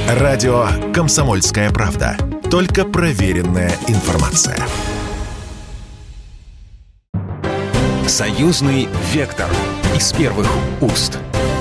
Радио «Комсомольская правда». Только проверенная информация. Союзный вектор. Из первых уст.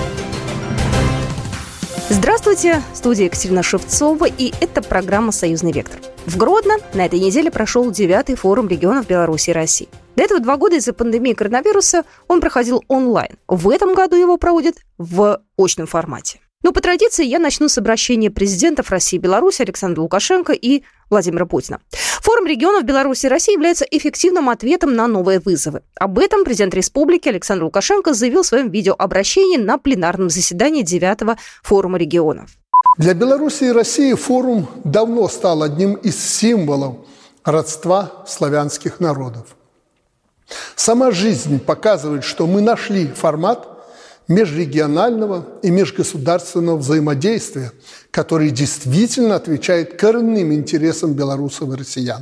Здравствуйте, в студии Екатерина Шевцова, и это программа «Союзный вектор». В Гродно на этой неделе прошел 9-й форум регионов Беларуси и России. До этого 2 года из-за пандемии коронавируса он проходил онлайн. В этом году его проводят в очном формате. Но по традиции я начну с обращения президентов России и Беларуси Александра Лукашенко и Владимира Путина. Форум регионов Беларуси и России является эффективным ответом на новые вызовы. Об этом президент республики Александр Лукашенко заявил в своем видеообращении на пленарном заседании 9-го форума регионов. Для Беларуси и России форум давно стал одним из символов родства славянских народов. Сама жизнь показывает, что мы нашли формат межрегионального и межгосударственного взаимодействия, который действительно отвечает коренным интересам белорусов и россиян.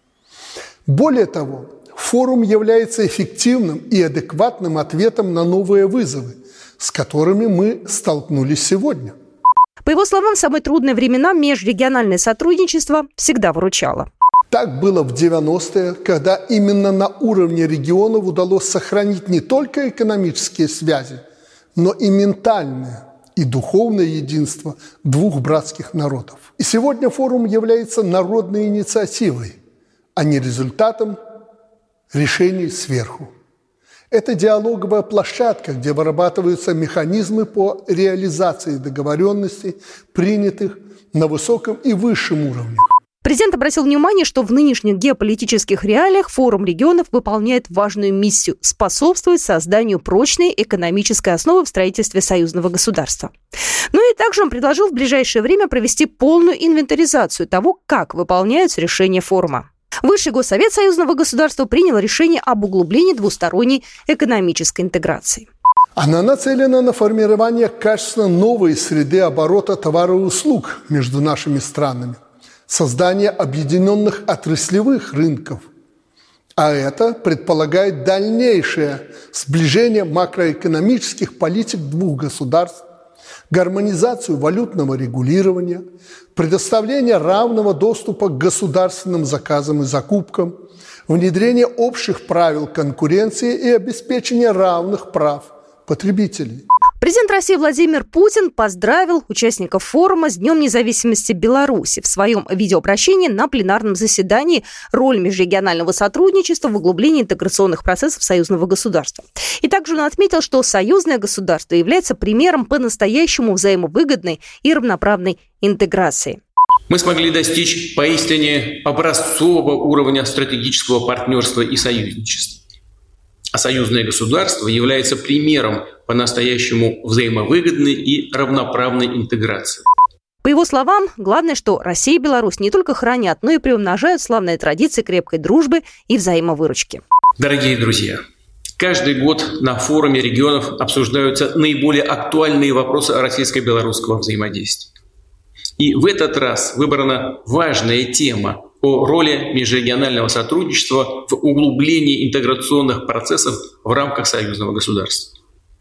Более того, форум является эффективным и адекватным ответом на новые вызовы, с которыми мы столкнулись сегодня. По его словам, в самые трудные времена межрегиональное сотрудничество всегда выручало. Так было в 90-е, когда именно на уровне регионов удалось сохранить не только экономические связи, но и ментальное и духовное единство двух братских народов. И сегодня форум является народной инициативой, а не результатом решений сверху. Это диалоговая площадка, где вырабатываются механизмы по реализации договоренностей, принятых на высоком и высшем уровне. Президент обратил внимание, что в нынешних геополитических реалиях форум регионов выполняет важную миссию – способствовать созданию прочной экономической основы в строительстве союзного государства. Ну и также он предложил в ближайшее время провести полную инвентаризацию того, как выполняются решения форума. Высший госсовет союзного государства принял решение об углублении двусторонней экономической интеграции. Она нацелена на формирование качественно новой среды оборота товаров и услуг между нашими странами, создание объединенных отраслевых рынков. А это предполагает дальнейшее сближение макроэкономических политик двух государств, гармонизацию валютного регулирования, предоставление равного доступа к государственным заказам и закупкам, внедрение общих правил конкуренции и обеспечение равных прав потребителей. Президент России Владимир Путин поздравил участников форума с Днем независимости Беларуси. В своем видеообращении на пленарном заседании роль межрегионального сотрудничества в углублении интеграционных процессов союзного государства. И также он отметил, что союзное государство является примером по-настоящему взаимовыгодной и равноправной интеграции. Мы смогли достичь поистине образцового уровня стратегического партнерства и союзничества. А союзное государство является примером по-настоящему взаимовыгодной и равноправной интеграции. По его словам, главное, что Россия и Беларусь не только хранят, но и приумножают славные традиции крепкой дружбы и взаимовыручки. Дорогие друзья, каждый год на форуме регионов обсуждаются наиболее актуальные вопросы российско-белорусского взаимодействия. И в этот раз выбрана важная тема о роли межрегионального сотрудничества в углублении интеграционных процессов в рамках союзного государства.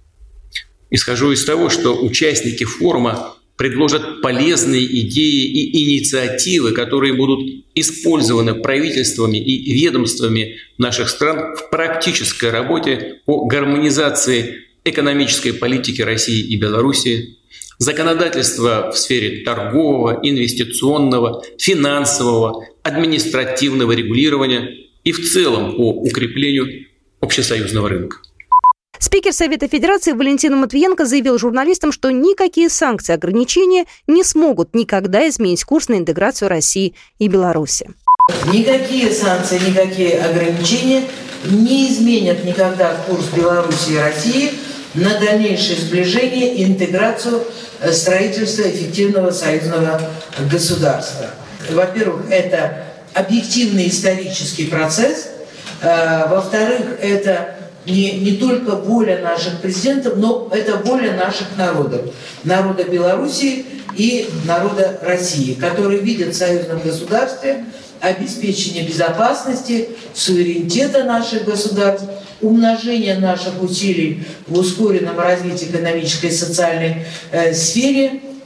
Исхожу из того, что участники форума предложат полезные идеи и инициативы, которые будут использованы правительствами и ведомствами наших стран в практической работе по гармонизации экономической политики России и Беларуси, законодательства в сфере торгового, инвестиционного, финансового, административного регулирования и в целом по укреплению общесоюзного рынка. Спикер Совета Федерации Валентин Матвиенко заявил журналистам, что никакие санкции и ограничения не смогут никогда изменить курс на интеграцию России и Беларуси. Никакие санкции, никакие ограничения не изменят никогда курс Беларуси и России на дальнейшее сближение и интеграцию строительства эффективного союзного государства. Во-первых, это объективный исторический процесс. Во-вторых, это не только воля наших президентов, но это воля наших народов. Народа Беларуси и народа России, которые видят в союзном государстве обеспечение безопасности, суверенитета наших государств, умножение наших усилий в ускоренном развитии экономической и социальной сфере. По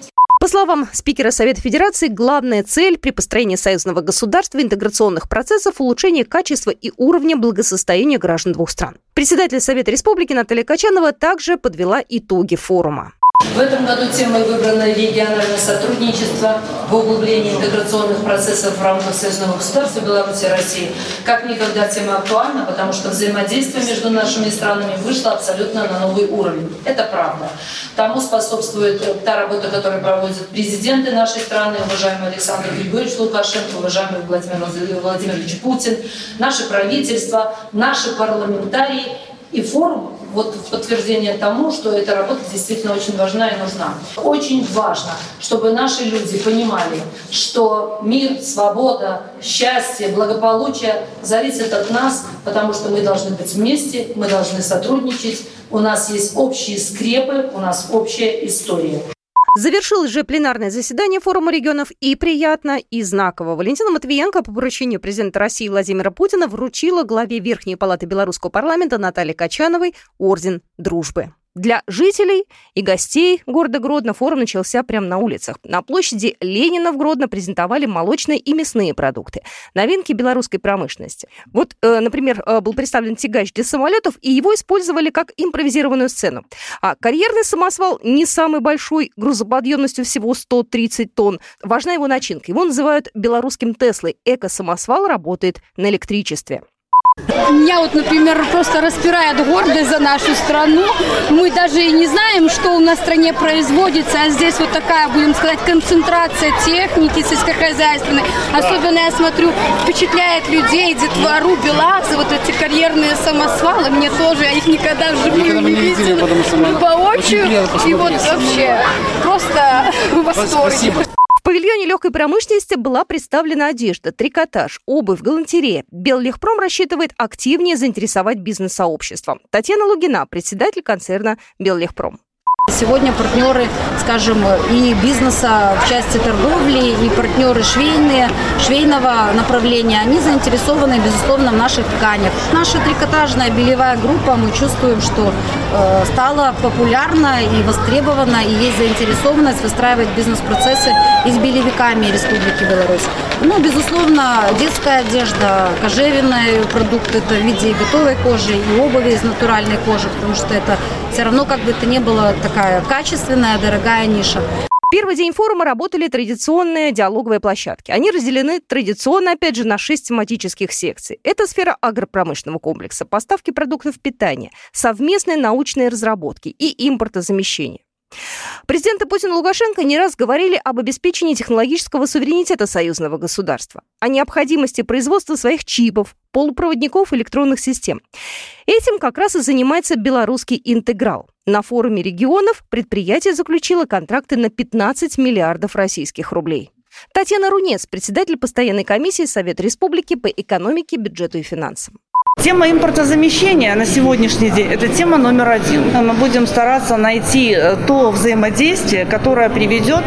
По словам спикера Совета Федерации, главная цель при построении союзного государства, интеграционных процессов – улучшение качества и уровня благосостояния граждан двух стран. Председатель Совета Республики Наталья Качанова также подвела итоги форума. В этом году темой выбрано региональное сотрудничество в углублении интеграционных процессов в рамках союзного государства Беларуси и России. Как никогда тема актуальна, потому что взаимодействие между нашими странами вышло абсолютно на новый уровень. Это правда. Тому способствует та работа, которую проводят президенты нашей страны, уважаемый Александр Григорьевич Лукашенко, уважаемый Владимир Владимирович Путин, наше правительство, наши парламентарии. И форум вот в подтверждение тому, что эта работа действительно очень важна и нужна. Очень важно, чтобы наши люди понимали, что мир, свобода, счастье, благополучие зависят от нас, потому что мы должны быть вместе, мы должны сотрудничать, у нас есть общие скрепы, у нас общая история. Завершилось же пленарное заседание форума регионов, и приятно, и знаково. Валентина Матвиенко по поручению президента России Владимира Путина вручила главе Верхней палаты Белорусского парламента Наталье Качановой орден дружбы. Для жителей и гостей города Гродно форум начался прямо на улицах. На площади Ленина в Гродно презентовали молочные и мясные продукты. Новинки белорусской промышленности. Вот, например, был представлен тягач для самолетов, и его использовали как импровизированную сцену. А карьерный самосвал не самый большой, грузоподъемностью всего 130 тонн. Важна его начинка. Его называют белорусским Теслой. Эко-самосвал работает на электричестве. Меня вот, например, просто распирает гордость за нашу страну. Мы даже и не знаем, что у нас в стране производится, а здесь вот такая, будем сказать, концентрация техники сельскохозяйственной. Особенно, я смотрю, впечатляет людей, детвору, белазы, вот эти карьерные самосвалы. Мне тоже, я их никогда вживую не видела. Воочию. И вот вообще просто в восторге. В павильоне легкой промышленности была представлена одежда, трикотаж, обувь, галантерея. Беллегпром рассчитывает активнее заинтересовать бизнес-сообщество. Татьяна Лугина, председатель концерна Беллегпром. Сегодня партнеры, скажем, и бизнеса в части торговли, и партнеры швейного направления, они заинтересованы, безусловно, в наших тканях. Наша трикотажная белевая группа, мы чувствуем, что стала популярна и востребована, и есть заинтересованность выстраивать бизнес-процессы и с белевиками Республики Беларусь. Ну, безусловно, детская одежда, кожевенные продукты, это в виде и готовой кожи, и обуви из натуральной кожи, потому что это все равно, как бы то ни было, такая качественная, дорогая ниша. В первый день форума работали традиционные диалоговые площадки. Они разделены традиционно, опять же, на 6 тематических секций. Это сфера агропромышленного комплекса, поставки продуктов питания, совместные научные разработки и импортозамещение. Президенты Путин и Лукашенко не раз говорили об обеспечении технологического суверенитета союзного государства, о необходимости производства своих чипов, полупроводников и электронных систем. Этим как раз и занимается белорусский «Интеграл». На форуме регионов предприятие заключило контракты на 15 миллиардов российских рублей. Татьяна Рунец, председатель постоянной комиссии Совета Республики по экономике, бюджету и финансам. Тема импортозамещения на сегодняшний день – это тема номер один. Мы будем стараться найти то взаимодействие, которое приведет,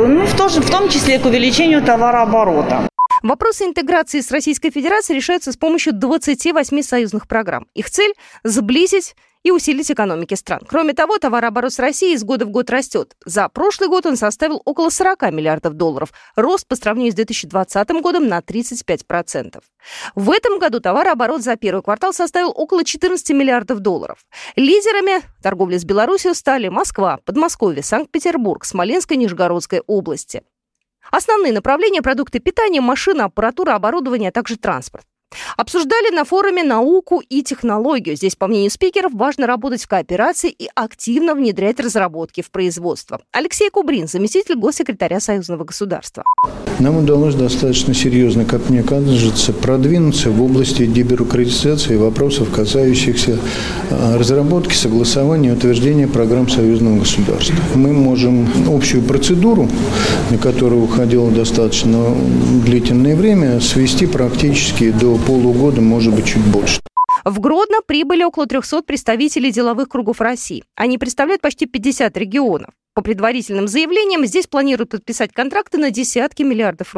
в том числе к увеличению товарооборота. Вопросы интеграции с Российской Федерацией решаются с помощью 28 союзных программ. Их цель – сблизить и усилить экономики стран. Кроме того, товарооборот с Россией из года в год растет. За прошлый год он составил около 40 миллиардов долларов. Рост по сравнению с 2020 годом на 35%. В этом году товарооборот за первый квартал составил около 14 миллиардов долларов. Лидерами торговли с Беларусью стали Москва, Подмосковье, Санкт-Петербург, Смоленская и Нижегородская области. Основные направления – продукты питания, машины, аппаратура, оборудование, а также транспорт. Обсуждали на форуме науку и технологию. Здесь, по мнению спикеров, важно работать в кооперации и активно внедрять разработки в производство. Алексей Кубрин, заместитель госсекретаря Союзного государства. Нам удалось достаточно серьезно, как мне кажется, продвинуться в области дебюрократизации вопросов, касающихся разработки, согласования и утверждения программ союзного государства. Мы можем общую процедуру, на которую уходило достаточно длительное время, свести практически до полугода, может быть, чуть больше. В Гродно прибыли около 300 представителей деловых кругов России. Они представляют почти 50 регионов. По предварительным заявлениям, здесь планируют подписать контракты на десятки миллиардов рублей.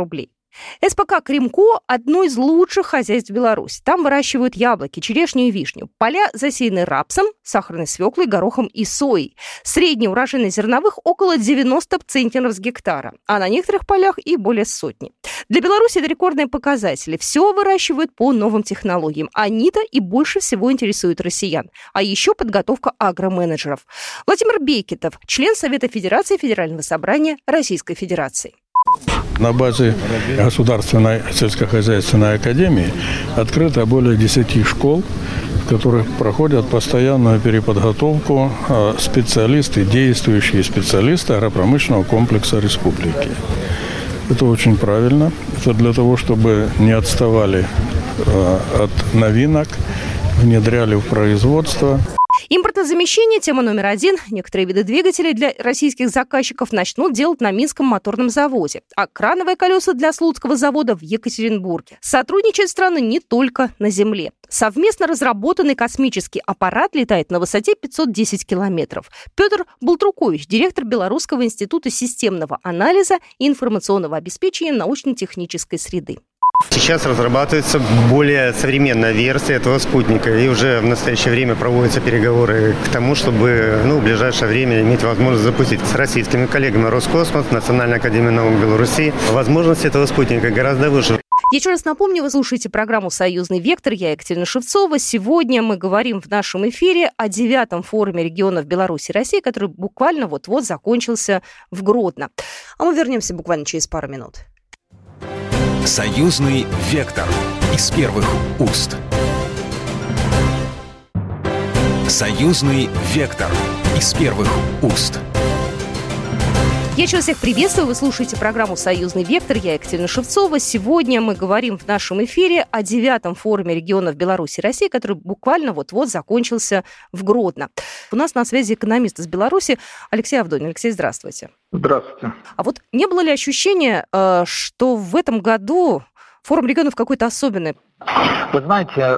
СПК «Кремко» – одно из лучших хозяйств Беларуси. Там выращивают яблоки, черешню и вишню. Поля засеяны рапсом, сахарной свеклой, горохом и соей. Средняя урожайность зерновых около 90 центнеров с гектара, а на некоторых полях и более сотни. Для Беларуси это рекордные показатели. Все выращивают по новым технологиям. Они-то и больше всего интересуют россиян. А еще подготовка агроменеджеров. Владимир Бекетов, член Совета Федерации Федерального собрания Российской Федерации. На базе Государственной сельскохозяйственной академии открыто более 10 школ, в которых проходят постоянную переподготовку специалисты, действующие специалисты агропромышленного комплекса республики. Это очень правильно. Это для того, чтобы не отставали от новинок, внедряли в производство. Импортозамещение – тема номер один. Некоторые виды двигателей для российских заказчиков начнут делать на Минском моторном заводе, а крановые колеса для Слуцкого завода в Екатеринбурге. Сотрудничают страны не только на земле. Совместно разработанный космический аппарат летает на высоте 510 километров. Петр Болтрукович, директор Белорусского института системного анализа и информационного обеспечения научно-технической среды. Сейчас разрабатывается более современная версия этого спутника, и уже в настоящее время проводятся переговоры к тому, чтобы в ближайшее время иметь возможность запустить с российскими коллегами Роскосмос, Национальной академией наук Беларуси. Возможности этого спутника гораздо выше. Еще раз напомню, вы слушаете программу «Союзный вектор». Я Екатерина Шевцова. Сегодня мы говорим в нашем эфире о 9-м форуме регионов Беларуси и России, который буквально вот-вот закончился в Гродно. А мы вернемся буквально через пару минут. «Союзный вектор» из первых уст. «Союзный вектор» из первых уст. Я еще всех приветствую. Вы слушаете программу «Союзный вектор». Я Екатерина Шевцова. Сегодня мы говорим в нашем эфире о 9-м форуме регионов Беларуси и России, который буквально вот-вот закончился в Гродно. У нас на связи экономист из Беларуси Алексей Авдонин. Алексей, здравствуйте. Здравствуйте. А вот не было ли ощущения, что в этом году форум регионов какой-то особенный? Вы знаете,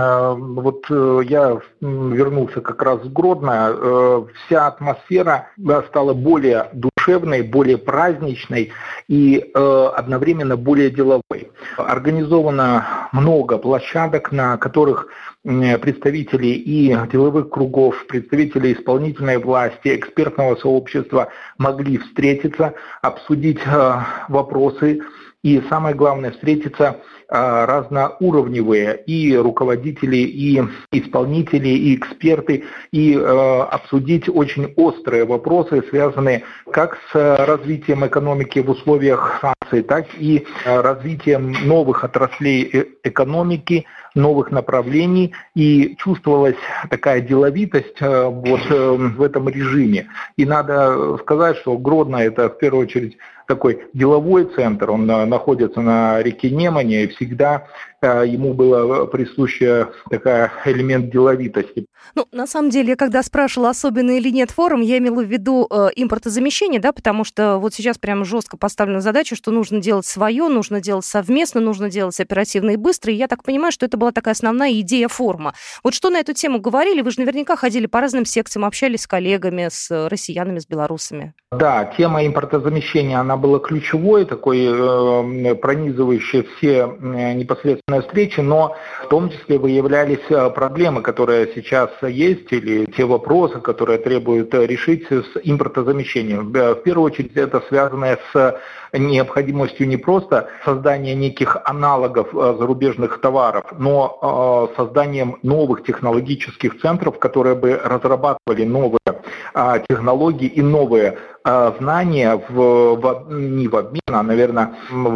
вот я вернулся как раз в Гродно, вся атмосфера стала более душевной, более праздничной и одновременно более деловой. Организовано много площадок, на которых представители и деловых кругов, представители исполнительной власти, экспертного сообщества могли встретиться, обсудить вопросы и, самое главное, встретиться разноуровневые и руководители, и исполнители, и эксперты, и обсудить очень острые вопросы, связанные как с развитием экономики в условиях санкций, так и развитием новых отраслей экономики, новых направлений, и чувствовалась такая деловитость вот в этом режиме. И надо сказать, что Гродно – это в первую очередь такой деловой центр, он находится на реке Немане, и всегда ему было присуща такая элемент деловитости. Ну, на самом деле, я когда спрашивала, особенный или нет форум, я имела в виду импортозамещение, да, потому что вот сейчас прямо жестко поставлена задача, что нужно делать свое, нужно делать совместно, нужно делать оперативно и быстро, и я так понимаю, что это была такая основная идея форума. Вот что на эту тему говорили? Вы же наверняка ходили по разным секциям, общались с коллегами, с россиянами, с белорусами. Да, тема импортозамещения, она была ключевой, такой пронизывающей все непосредственно встречи, но в том числе выявлялись проблемы, которые сейчас есть, или те вопросы, которые требуют решить с импортозамещением. В первую очередь это связано с необходимостью не просто создания неких аналогов зарубежных товаров, но созданием новых технологических центров, которые бы разрабатывали новые технологии и новые знания не в обмен, а, наверное,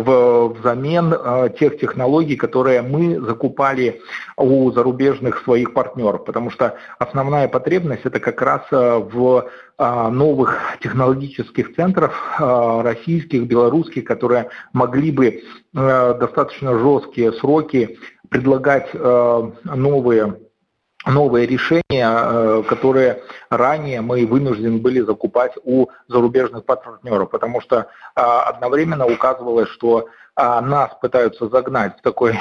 взамен тех технологий, которые мы закупали у зарубежных своих партнеров. Потому что основная потребность это как раз в новых технологических центрах российских, белорусских, которые могли бы достаточно жесткие сроки предлагать новые решения, которые ранее мы вынуждены были закупать у зарубежных партнеров, потому что одновременно указывалось, что нас пытаются загнать в такой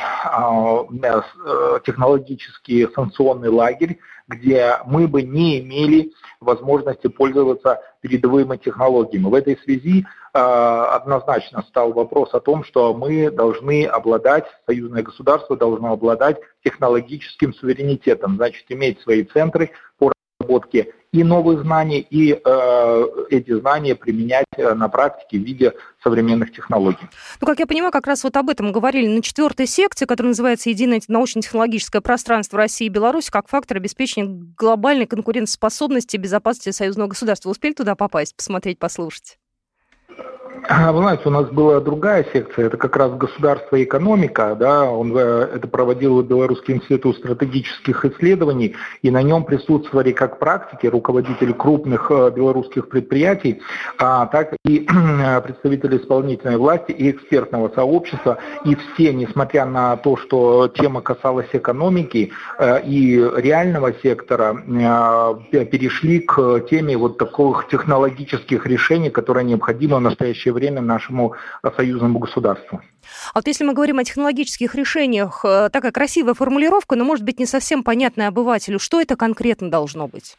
технологический санкционный лагерь, где мы бы не имели возможности пользоваться передовыми технологиями. В этой связи однозначно стал вопрос о том, что мы должны обладать, союзное государство должно обладать технологическим суверенитетом, значит, иметь свои центры по разработке и новых знаний, и эти знания применять на практике в виде современных технологий. Ну, как я понимаю, как раз вот об этом говорили на 4-й секции, которая называется «Единое научно-технологическое пространство России и Беларуси как фактор обеспечения глобальной конкурентоспособности и безопасности союзного государства». Вы успели туда попасть, посмотреть, послушать? Вы знаете, у нас была другая секция, это как раз государство и экономика, да, это проводил Белорусский институт стратегических исследований, и на нем присутствовали как практики, руководители крупных белорусских предприятий, так и представители исполнительной власти и экспертного сообщества, и все, несмотря на то, что тема касалась экономики и реального сектора, перешли к теме вот таких технологических решений, которые необходимы в настоящее время нашему союзному государству. А вот если мы говорим о технологических решениях, такая красивая формулировка, но, может быть, не совсем понятная обывателю. Что это конкретно должно быть?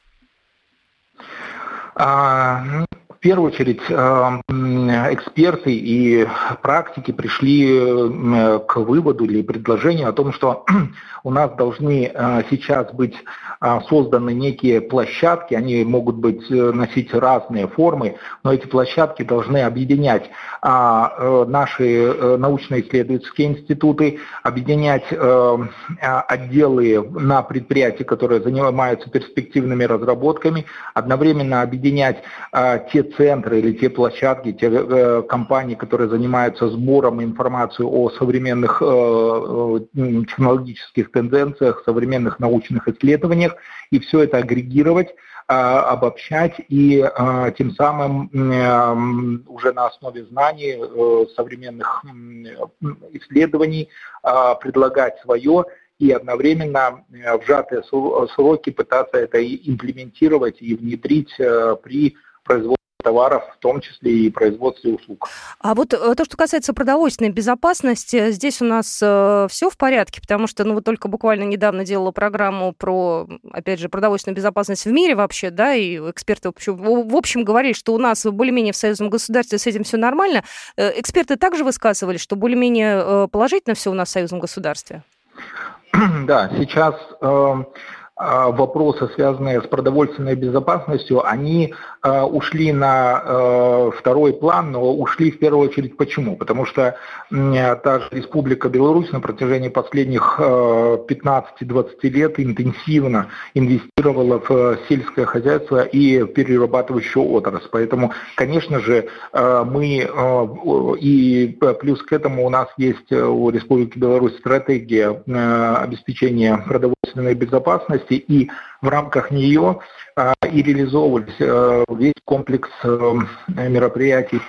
В первую очередь, эксперты и практики пришли к выводу или предложению о том, что у нас должны сейчас быть созданы некие площадки, они могут носить разные формы, но эти площадки должны объединять наши научно-исследовательские институты, объединять отделы на предприятия, которые занимаются перспективными разработками, одновременно объединять те центры или те площадки, те компании, которые занимаются сбором информации о современных технологических тенденциях, современных научных исследованиях, и все это агрегировать, обобщать и тем самым уже на основе знаний, современных исследований предлагать свое и одновременно в сжатые сроки пытаться это имплементировать и внедрить при производстве товаров, в том числе и производстве услуг. А вот то, что касается продовольственной безопасности, здесь у нас все в порядке, потому что, вот только буквально недавно делала программу про, опять же, продовольственную безопасность в мире вообще, да, и эксперты в общем говорили, что у нас более-менее в союзном государстве с этим все нормально. Эксперты также высказывали, что более-менее положительно все у нас в союзном государстве? Да, сейчас вопросы, связанные с продовольственной безопасностью, они ушли на второй план, но ушли в первую очередь почему? Потому что та же Республика Беларусь на протяжении последних 15-20 лет интенсивно инвестировала в сельское хозяйство и перерабатывающую отрасль. Поэтому, конечно же, мы и плюс к этому у нас есть у Республики Беларусь стратегия обеспечения продовольственной безопасности, и в рамках нее и реализовывались весь комплекс мероприятий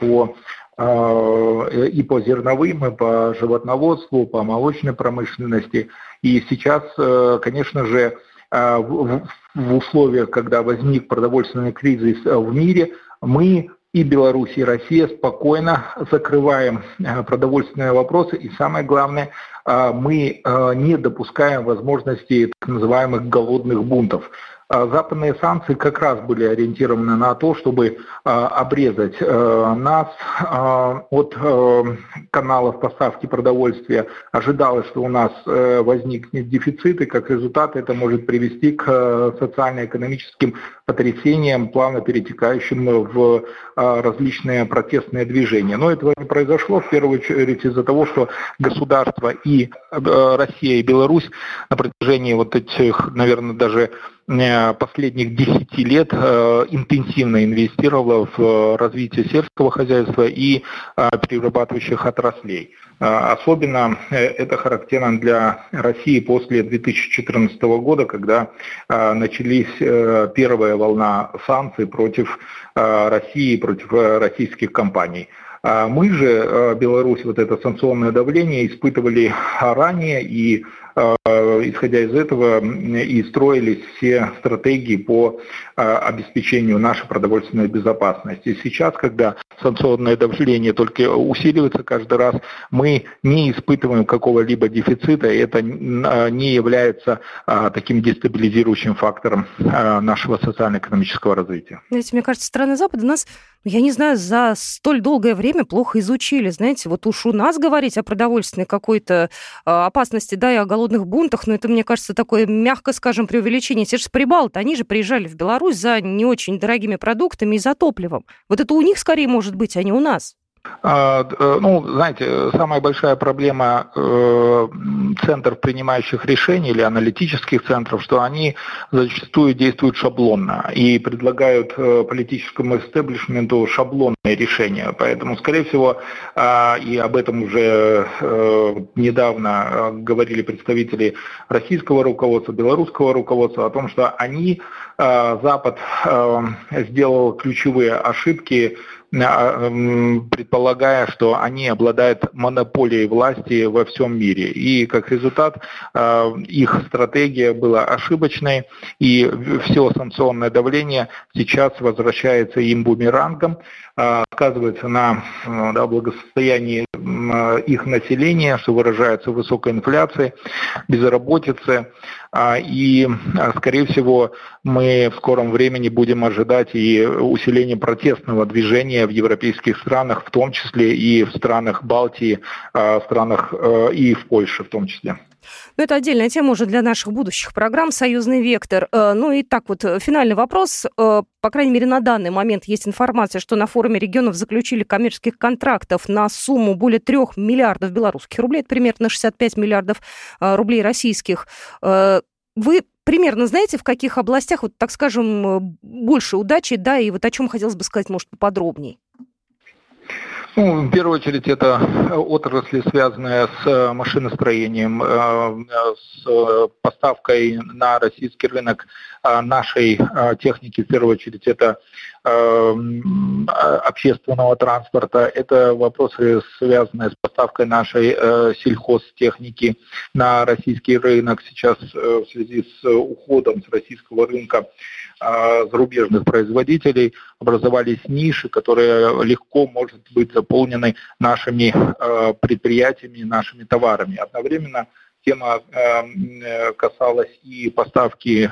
и по зерновым, и по животноводству, по молочной промышленности. И сейчас, конечно же, в условиях, когда возник продовольственный кризис в мире, мы и Беларусь, и Россия спокойно закрываем продовольственные вопросы. И самое главное, мы не допускаем возможности так называемых голодных бунтов. Западные санкции как раз были ориентированы на то, чтобы обрезать нас от каналов поставки продовольствия. Ожидалось, что у нас возникнет дефицит, и как результат это может привести к социально-экономическим потрясениям, плавно перетекающим в различные протестные движения. Но этого не произошло, в первую очередь из-за того, что государство и Россия, и Беларусь на протяжении вот этих, наверное, даже последних 10 лет интенсивно инвестировала в развитие сельского хозяйства и перерабатывающих отраслей. Особенно это характерно для России после 2014 года, когда начались первая волна санкций против России, против российских компаний. Мы же, Беларусь, вот это санкционное давление испытывали ранее, и исходя из этого и строились все стратегии по обеспечению нашей продовольственной безопасности. Сейчас, когда санкционное давление только усиливается каждый раз, мы не испытываем какого-либо дефицита, и это не является таким дестабилизирующим фактором нашего социально-экономического развития. Знаете, мне кажется, страны Запада нас, я не знаю, за столь долгое время плохо изучили. Знаете, вот уж у нас говорить о продовольственной какой-то опасности, да, и о голодных бунтах, но это, мне кажется, такое, мягко скажем, преувеличение. Те же прибалты, они же приезжали в Беларусь за не очень дорогими продуктами и за топливом. Вот это у них скорее может быть, а не у нас. Знаете, самая большая проблема центров, принимающих решений или аналитических центров, что они зачастую действуют шаблонно и предлагают политическому истеблишменту шаблонные решения. Поэтому, скорее всего, и об этом уже недавно говорили представители российского руководства, белорусского руководства, о том, что Запад сделал ключевые ошибки, предполагая, что они обладают монополией власти во всем мире. И как результат их стратегия была ошибочной, и все санкционное давление сейчас возвращается им бумерангом, сказывается на благосостоянии их населения, что выражается в высокой инфляции, безработице. И, скорее всего, мы в скором времени будем ожидать и усиления протестного движения в европейских странах, в том числе и в странах Балтии, странах и в Польше в том числе. Ну, это отдельная тема уже для наших будущих программ «Союзный вектор». Ну и так вот, финальный вопрос. По крайней мере, на данный момент есть информация, что на форуме регионов заключили коммерческих контрактов на сумму более 3 миллиардов белорусских рублей. Это примерно 65 миллиардов рублей российских. Вы примерно знаете, в каких областях, вот, так скажем, больше удачи, да, и вот о чем хотелось бы сказать, может, поподробнее? В первую очередь, это отрасли, связанные с машиностроением, с поставкой на российский рынок нашей техники. В первую очередь, это общественного транспорта, это вопросы, связанные с поставкой нашей сельхозтехники на российский рынок. Сейчас в связи с уходом с российского рынка зарубежных производителей образовались ниши, которые легко может быть заполнены нашими предприятиями, нашими товарами. Одновременно тема касалась и поставки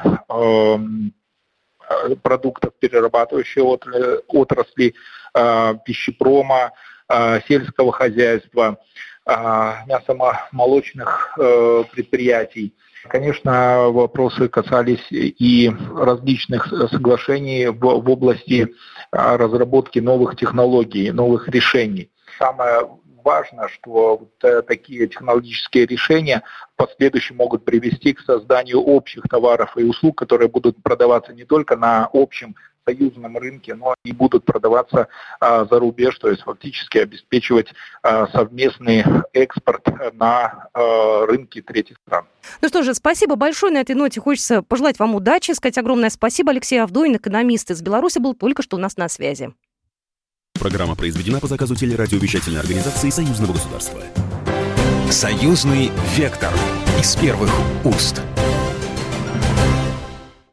продуктов перерабатывающей отрасли, пищепрома, сельского хозяйства, мясомолочных предприятий. Конечно, вопросы касались и различных соглашений в области разработки новых технологий, новых решений. Самое важно, что вот такие технологические решения в последующем могут привести к созданию общих товаров и услуг, которые будут продаваться не только на общем союзном рынке, но и будут продаваться за рубеж, то есть фактически обеспечивать совместный экспорт на рынки третьих стран. Ну что же, спасибо большое. На этой ноте хочется пожелать вам удачи, сказать огромное спасибо. Алексей Авдоин, экономист из Беларуси, был только что у нас на связи. Программа произведена по заказу телерадиовещательной организации Союзного государства. Союзный вектор из первых уст.